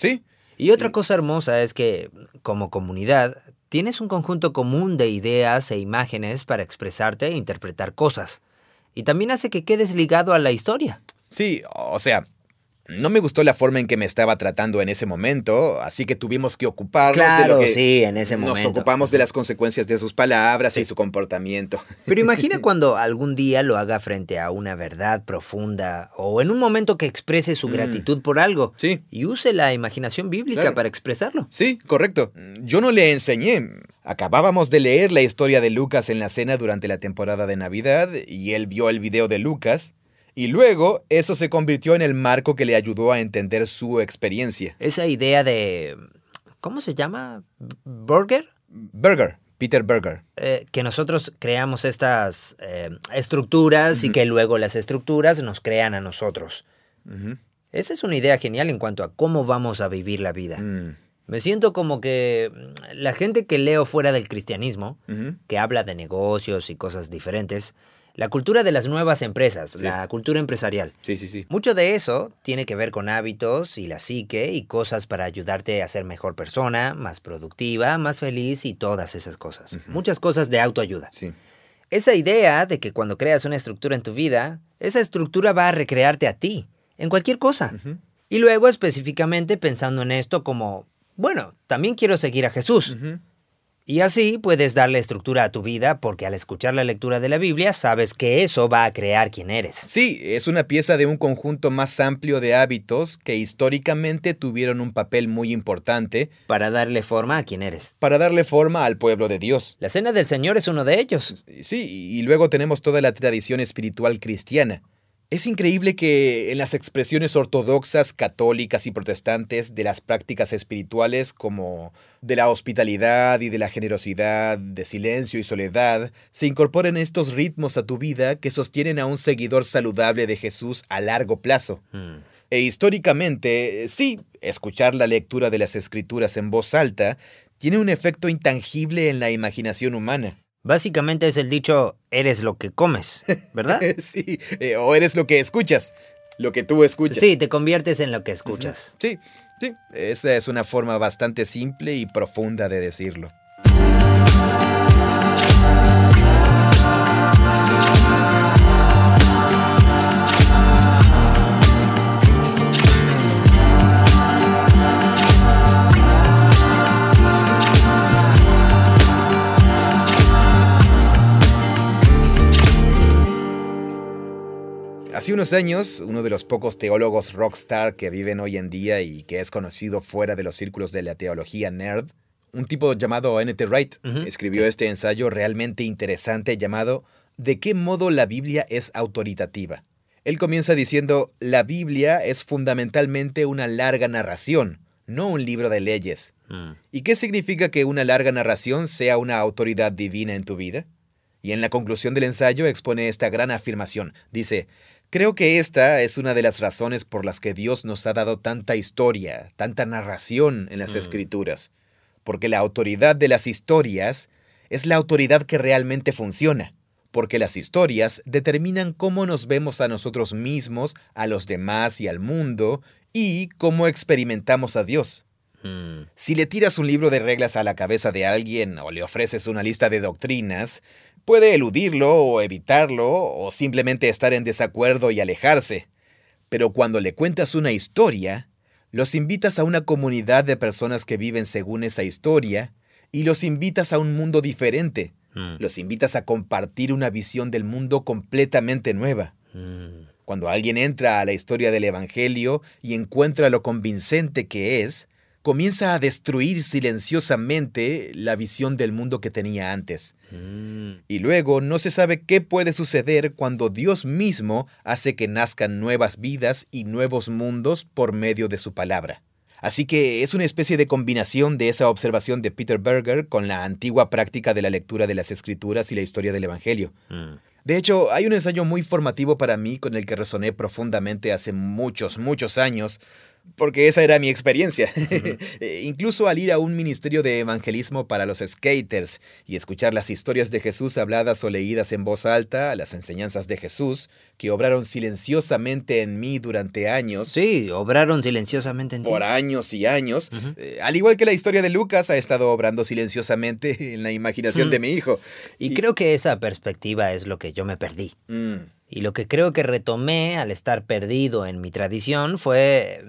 Y otra cosa hermosa es que, como comunidad, tienes un conjunto común de ideas e imágenes para expresarte e interpretar cosas. Y también hace que quedes ligado a la historia.
Sí, o sea, no me gustó la forma en que me estaba tratando en ese momento, así que tuvimos que ocuparnos de lo que...
sí, en ese momento.
Nos ocupamos de las consecuencias de sus palabras y su comportamiento.
Pero imagina cuando algún día lo haga frente a una verdad profunda o en un momento que exprese su gratitud por algo.
Sí.
Y use la imaginación bíblica para expresarlo.
Sí, correcto. Yo no le enseñé. Acabábamos de leer la historia de Lucas en la cena durante la temporada de Navidad y él vio el video de Lucas. Y luego, eso se convirtió en el marco que le ayudó a entender su experiencia.
Esa idea de... ¿Cómo se llama? ¿Burger?
Peter Berger.
Que nosotros creamos estas estructuras y que luego las estructuras nos crean a nosotros. Esa es una idea genial en cuanto a cómo vamos a vivir la vida. Me siento como que la gente que leo fuera del cristianismo, que habla de negocios y cosas diferentes... La cultura de las nuevas empresas, la cultura empresarial.
Sí.
Mucho de eso tiene que ver con hábitos y la psique y cosas para ayudarte a ser mejor persona, más productiva, más feliz y todas esas cosas. Muchas cosas de autoayuda.
Sí.
Esa idea de que cuando creas una estructura en tu vida, esa estructura va a recrearte a ti, en cualquier cosa. Y luego específicamente pensando en esto como, bueno, también quiero seguir a Jesús. Y así puedes darle estructura a tu vida porque al escuchar la lectura de la Biblia sabes que eso va a crear quién eres.
Sí, es una pieza de un conjunto más amplio de hábitos que históricamente tuvieron un papel muy importante
para darle forma a quién eres.
Para darle forma al pueblo de Dios.
La Cena del Señor es uno de ellos.
Sí, y luego tenemos toda la tradición espiritual cristiana. Es increíble que en las expresiones ortodoxas, católicas y protestantes de las prácticas espirituales como de la hospitalidad y de la generosidad, de silencio y soledad, se incorporen estos ritmos a tu vida que sostienen a un seguidor saludable de Jesús a largo plazo. E históricamente, sí, escuchar la lectura de las Escrituras en voz alta tiene un efecto intangible en la imaginación humana.
Básicamente es el dicho, eres lo que comes, ¿verdad?
Sí, o eres lo que escuchas, lo que tú escuchas.
Sí, te conviertes en lo que escuchas.
Sí, esa es una forma bastante simple y profunda de decirlo. Hace unos años, uno de los pocos teólogos rockstar que viven hoy en día y que es conocido fuera de los círculos de la teología nerd, un tipo llamado N.T. Wright, escribió este ensayo realmente interesante llamado ¿De qué modo la Biblia es autoritativa? Él comienza diciendo, la Biblia es fundamentalmente una larga narración, no un libro de leyes. ¿Y qué significa que una larga narración sea una autoridad divina en tu vida? Y en la conclusión del ensayo expone esta gran afirmación. Dice, creo que esta es una de las razones por las que Dios nos ha dado tanta historia, tanta narración en las Escrituras. Porque la autoridad de las historias es la autoridad que realmente funciona. porque las historias determinan cómo nos vemos a nosotros mismos, a los demás y al mundo, y cómo experimentamos a Dios. Si le tiras un libro de reglas a la cabeza de alguien o le ofreces una lista de doctrinas, puede eludirlo o evitarlo o simplemente estar en desacuerdo y alejarse. Pero cuando le cuentas una historia, los invitas a una comunidad de personas que viven según esa historia y los invitas a un mundo diferente. Los invitas a compartir una visión del mundo completamente nueva. Cuando alguien entra a la historia del Evangelio y encuentra lo convincente que es, comienza a destruir silenciosamente la visión del mundo que tenía antes. Y luego no se sabe qué puede suceder cuando Dios mismo hace que nazcan nuevas vidas y nuevos mundos por medio de su palabra. Así que es una especie de combinación de esa observación de Peter Berger con la antigua práctica de la lectura de las Escrituras y la historia del Evangelio. De hecho, hay un ensayo muy formativo para mí con el que resoné profundamente hace muchos años, porque esa era mi experiencia. Incluso al ir a un ministerio de evangelismo para los skaters y escuchar las historias de Jesús habladas o leídas en voz alta, las enseñanzas de Jesús, que obraron silenciosamente en mí durante años.
Sí, obraron silenciosamente en ti.
Por años y años. Al igual que la historia de Lucas ha estado obrando silenciosamente en la imaginación de mi hijo.
Y creo que esa perspectiva es lo que yo me perdí. Y lo que creo que retomé al estar perdido en mi tradición fue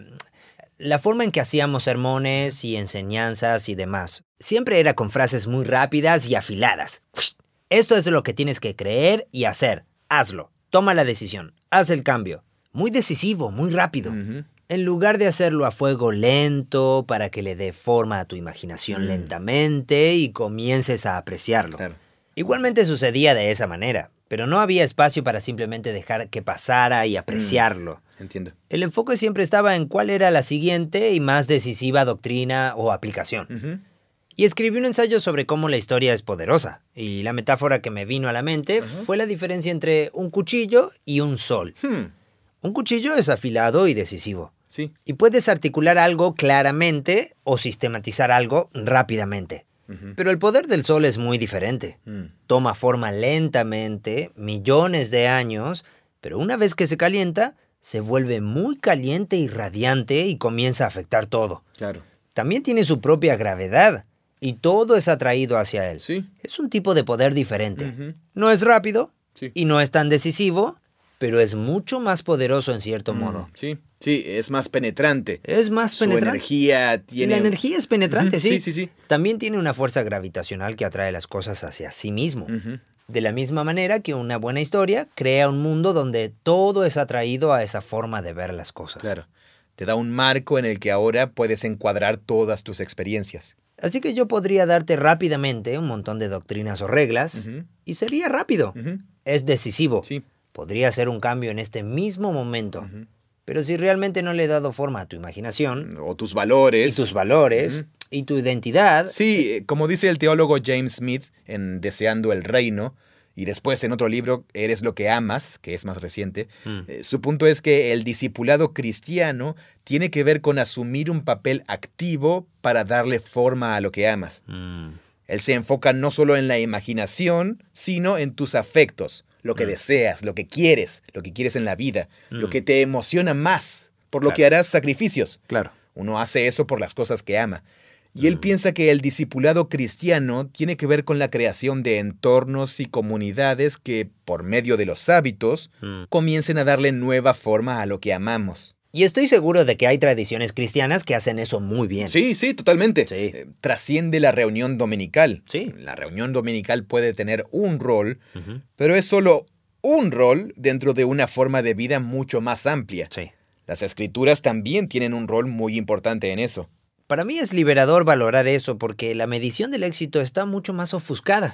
la forma en que hacíamos sermones y enseñanzas y demás. Siempre era con frases muy rápidas y afiladas. Esto es lo que tienes que creer y hacer. Hazlo. Toma la decisión. Haz el cambio. Muy decisivo, muy rápido. En lugar de hacerlo a fuego lento para que le dé forma a tu imaginación lentamente y comiences a apreciarlo.
Claro.
Igualmente sucedía de esa manera, pero no había espacio para simplemente dejar que pasara y apreciarlo.
Entiendo.
El enfoque siempre estaba en cuál era la siguiente y más decisiva doctrina o aplicación. Y escribí un ensayo sobre cómo la historia es poderosa, y la metáfora que me vino a la mente fue la diferencia entre un cuchillo y un sol. Un cuchillo es afilado y decisivo.
Sí.
Y puedes articular algo claramente o sistematizar algo rápidamente. Pero el poder del sol es muy diferente. Toma forma lentamente, millones de años, pero una vez que se calienta, se vuelve muy caliente y radiante y comienza a afectar todo.
Claro.
También tiene su propia gravedad y todo es atraído hacia él.
Sí.
Es un tipo de poder diferente. No es rápido y no es tan decisivo, pero es mucho más poderoso en cierto modo.
Sí, es más penetrante.
Es más penetrante.
Su energía tiene...
La energía es penetrante, sí.
Sí.
También tiene una fuerza gravitacional que atrae las cosas hacia sí mismo. De la misma manera que una buena historia crea un mundo donde todo es atraído a esa forma de ver las cosas.
Claro. Te da un marco en el que ahora puedes encuadrar todas tus experiencias.
Así que yo podría darte rápidamente un montón de doctrinas o reglas y sería rápido. Es decisivo.
Sí.
Podría ser un cambio en este mismo momento. Pero si realmente no le he dado forma a tu imaginación...
O tus valores.
Y tus valores... y tu identidad...
Sí, como dice el teólogo James Smith en Deseando el Reino, y después en otro libro, Eres lo que amas, que es más reciente, su punto es que el discipulado cristiano tiene que ver con asumir un papel activo para darle forma a lo que amas. Él se enfoca no solo en la imaginación, sino en tus afectos, lo que deseas, lo que quieres en la vida, lo que te emociona más, por lo que harás sacrificios.
Claro.
Uno hace eso por las cosas que ama. Y él piensa que el discipulado cristiano tiene que ver con la creación de entornos y comunidades que, por medio de los hábitos, comiencen a darle nueva forma a lo que amamos.
Y estoy seguro de que hay tradiciones cristianas que hacen eso muy bien.
Sí, totalmente.
Sí.
Trasciende la reunión dominical.
Sí.
La reunión dominical puede tener un rol, pero es solo un rol dentro de una forma de vida mucho más amplia.
Sí.
Las escrituras también tienen un rol muy importante en eso.
Para mí es liberador valorar eso porque la medición del éxito está mucho más ofuscada.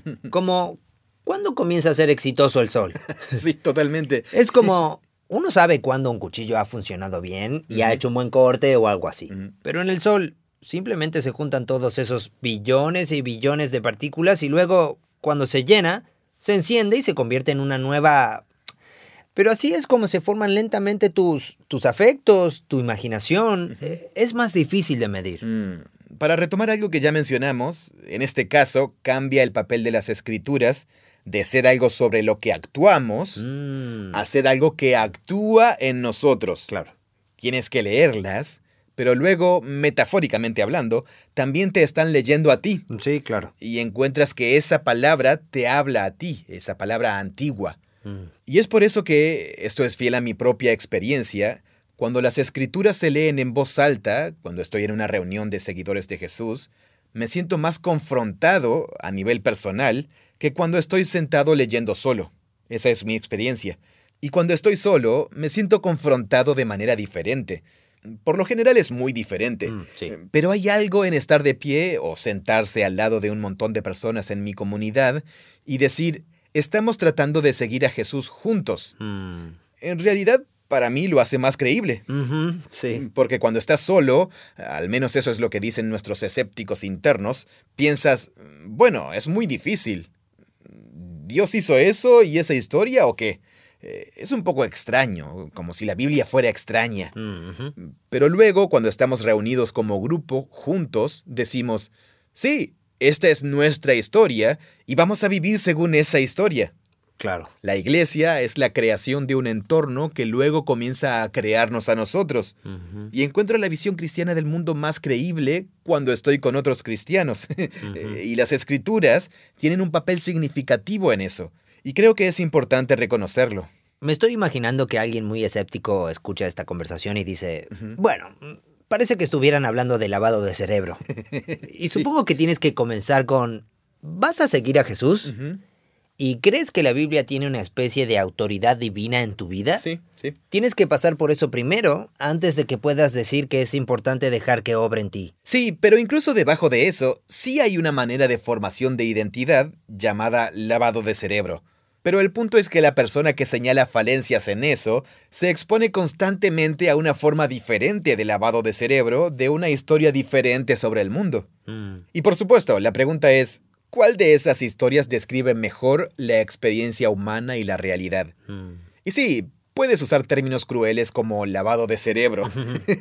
Como, ¿cuándo comienza a ser exitoso el sol?
Sí, totalmente.
Es como, uno sabe cuándo un cuchillo ha funcionado bien y ha hecho un buen corte o algo así. Pero en el sol simplemente se juntan todos esos billones y billones de partículas y luego, cuando se llena, se enciende y se convierte en una nueva... Pero así es como se forman lentamente tus afectos, tu imaginación. Es más difícil de medir.
Para retomar algo que ya mencionamos, en este caso cambia el papel de las escrituras de ser algo sobre lo que actuamos a ser algo que actúa en nosotros.
Claro.
Tienes que leerlas, pero luego, metafóricamente hablando, también te están leyendo a ti.
Sí, claro.
Y encuentras que esa palabra te habla a ti, esa palabra antigua. Y es por eso que, esto es fiel a mi propia experiencia, cuando las escrituras se leen en voz alta, cuando estoy en una reunión de seguidores de Jesús, me siento más confrontado a nivel personal que cuando estoy sentado leyendo solo. Esa es mi experiencia. Y cuando estoy solo, me siento confrontado de manera diferente. Por lo general es muy diferente,
Sí.
pero hay algo en estar de pie o sentarse al lado de un montón de personas en mi comunidad y decir, estamos tratando de seguir a Jesús juntos. En realidad, para mí lo hace más creíble.
Sí.
Porque cuando estás solo, al menos eso es lo que dicen nuestros escépticos internos, piensas, bueno, es muy difícil. ¿Dios hizo eso y esa historia o qué? Es un poco extraño, como si la Biblia fuera extraña. Pero luego, cuando estamos reunidos como grupo, juntos, decimos, sí, esta es nuestra historia y vamos a vivir según esa historia.
Claro.
La iglesia es la creación de un entorno que luego comienza a crearnos a nosotros. Y encuentro la visión cristiana del mundo más creíble cuando estoy con otros cristianos. Y las escrituras tienen un papel significativo en eso. Y creo que es importante reconocerlo.
Me estoy imaginando que alguien muy escéptico escucha esta conversación y dice, bueno, parece que estuvieran hablando de lavado de cerebro. Y supongo que tienes que comenzar con, ¿vas a seguir a Jesús? ¿Y crees que la Biblia tiene una especie de autoridad divina en tu vida?
Sí.
Tienes que pasar por eso primero, antes de que puedas decir que es importante dejar que obre en ti.
Sí, pero incluso debajo de eso, sí hay una manera de formación de identidad llamada lavado de cerebro. Pero el punto es que la persona que señala falencias en eso se expone constantemente a una forma diferente de lavado de cerebro, de una historia diferente sobre el mundo. Y por supuesto, la pregunta es, ¿cuál de esas historias describe mejor la experiencia humana y la realidad? Y sí, puedes usar términos crueles como lavado de cerebro,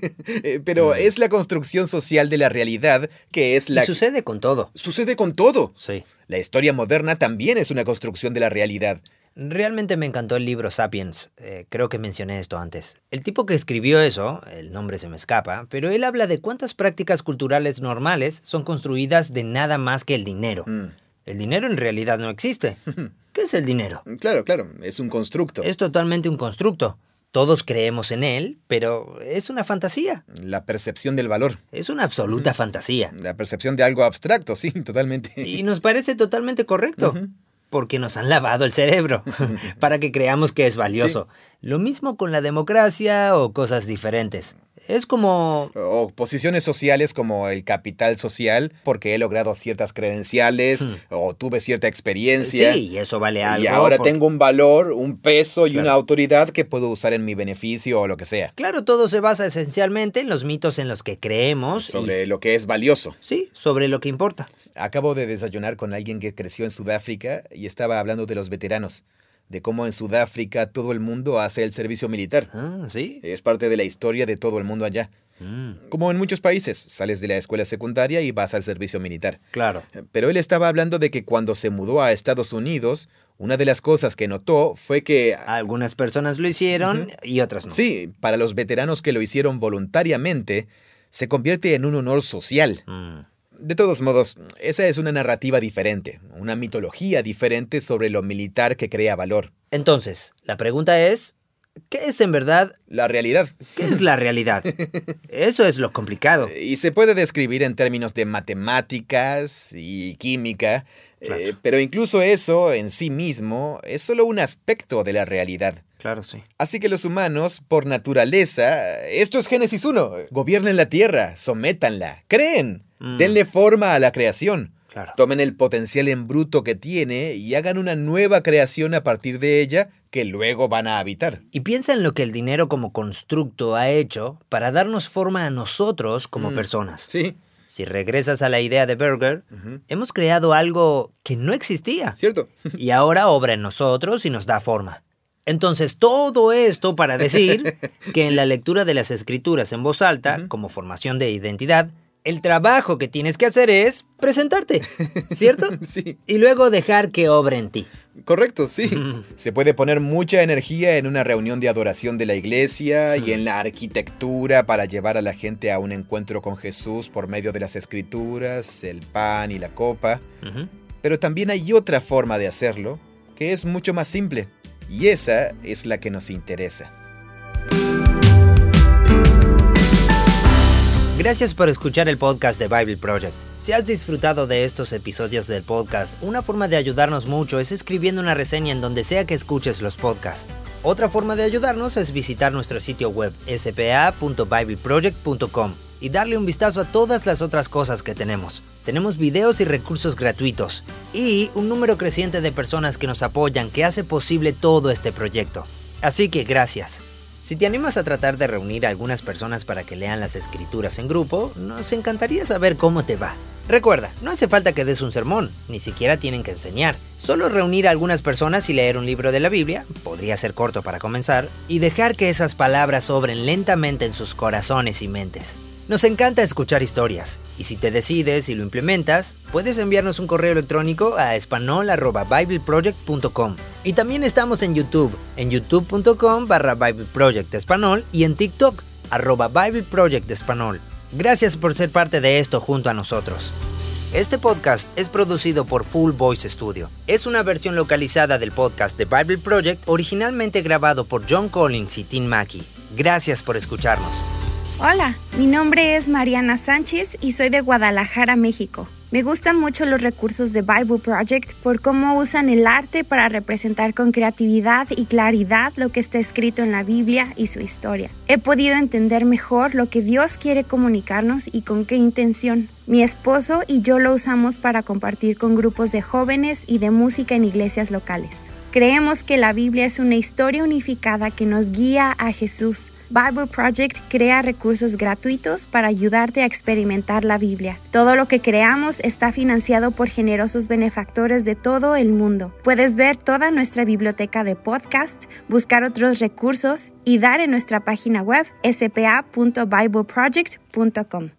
pero es la construcción social de la realidad que es la...
Y sucede con todo.
Sucede con todo.
Sí.
La historia moderna también es una construcción de la realidad.
Realmente me encantó el libro Sapiens. Creo que mencioné esto antes. El tipo que escribió eso, el nombre se me escapa, pero él habla de cuántas prácticas culturales normales son construidas de nada más que el dinero. El dinero en realidad no existe. ¿Qué es el dinero?
Claro, es un constructo.
Es totalmente un constructo. Todos creemos en él, pero es una fantasía.
La percepción del valor.
Es una absoluta fantasía.
La percepción de algo abstracto, sí, totalmente.
Y nos parece totalmente correcto. Porque nos han lavado el cerebro para que creamos que es valioso. Sí. Lo mismo con la democracia o cosas diferentes. Es como...
O posiciones sociales como el capital social, porque he logrado ciertas credenciales, o tuve cierta experiencia.
Sí, y eso vale algo.
Y ahora tengo un valor, un peso y una autoridad que puedo usar en mi beneficio o lo que sea.
Claro, todo se basa esencialmente en los mitos en los que creemos.
Sobre lo que es valioso.
Sí, sobre lo que importa.
Acabo de desayunar con alguien que creció en Sudáfrica y estaba hablando de los veteranos. De cómo en Sudáfrica todo el mundo hace el servicio militar.
¿Sí?
Es parte de la historia de todo el mundo allá. Como en muchos países, sales de la escuela secundaria y vas al servicio militar.
Claro.
Pero él estaba hablando de que cuando se mudó a Estados Unidos, una de las cosas que notó fue que...
Algunas personas lo hicieron y otras no.
Sí, para los veteranos que lo hicieron voluntariamente, se convierte en un honor social. De todos modos, esa es una narrativa diferente, una mitología diferente sobre lo militar que crea valor.
Entonces, la pregunta es, ¿qué es en verdad?
La realidad.
¿Qué es la realidad? Eso es lo complicado.
Y se puede describir en términos de matemáticas y química, claro. Pero incluso eso en sí mismo es solo un aspecto de la realidad.
Claro, sí.
Así que los humanos, por naturaleza, esto es Génesis 1, gobiernen la tierra, sométanla, creen. Denle forma a la creación.
Claro.
Tomen el potencial en bruto que tiene y hagan una nueva creación a partir de ella que luego van a habitar.
Y piensa en lo que el dinero como constructo ha hecho para darnos forma a nosotros como personas.
Sí.
Si regresas a la idea de Berger, hemos creado algo que no existía.
Cierto.
Y ahora obra en nosotros y nos da forma. Entonces, todo esto para decir que en la lectura de las escrituras en voz alta, como formación de identidad, El trabajo que tienes que hacer es presentarte, ¿cierto?
Sí.
Y luego dejar que obre en ti.
Correcto, sí. Se puede poner mucha energía en una reunión de adoración de la iglesia y en la arquitectura para llevar a la gente a un encuentro con Jesús por medio de las escrituras, el pan y la copa. Pero también hay otra forma de hacerlo, que es mucho más simple, y esa es la que nos interesa.
Gracias por escuchar el podcast de Bible Project. Si has disfrutado de estos episodios del podcast, una forma de ayudarnos mucho es escribiendo una reseña en donde sea que escuches los podcasts. Otra forma de ayudarnos es visitar nuestro sitio web spa.bibleproject.com y darle un vistazo a todas las otras cosas que tenemos. Tenemos videos y recursos gratuitos y un número creciente de personas que nos apoyan que hace posible todo este proyecto. Así que gracias. Si te animas a tratar de reunir a algunas personas para que lean las escrituras en grupo, nos encantaría saber cómo te va. Recuerda, no hace falta que des un sermón, ni siquiera tienen que enseñar. Solo reunir a algunas personas y leer un libro de la Biblia, podría ser corto para comenzar, y dejar que esas palabras obren lentamente en sus corazones y mentes. Nos encanta escuchar historias, y si te decides y lo implementas, puedes enviarnos un correo electrónico a espanol@bibleproject.com. Y también estamos en YouTube, en youtube.com/bibleprojectespanol y en TikTok, @bibleprojectespanol. Gracias por ser parte de esto junto a nosotros. Este podcast es producido por Full Voice Studio. Es una versión localizada del podcast de Bible Project, originalmente grabado por John Collins y Tim Mackey. Gracias por escucharnos.
Hola, mi nombre es Mariana Sánchez y soy de Guadalajara, México. Me gustan mucho los recursos de Bible Project por cómo usan el arte para representar con creatividad y claridad lo que está escrito en la Biblia y su historia. He podido entender mejor lo que Dios quiere comunicarnos y con qué intención. Mi esposo y yo lo usamos para compartir con grupos de jóvenes y de música en iglesias locales. Creemos que la Biblia es una historia unificada que nos guía a Jesús. Bible Project crea recursos gratuitos para ayudarte a experimentar la Biblia. Todo lo que creamos está financiado por generosos benefactores de todo el mundo. Puedes ver toda nuestra biblioteca de podcast, buscar otros recursos y dar en nuestra página web spa.bibleproject.com.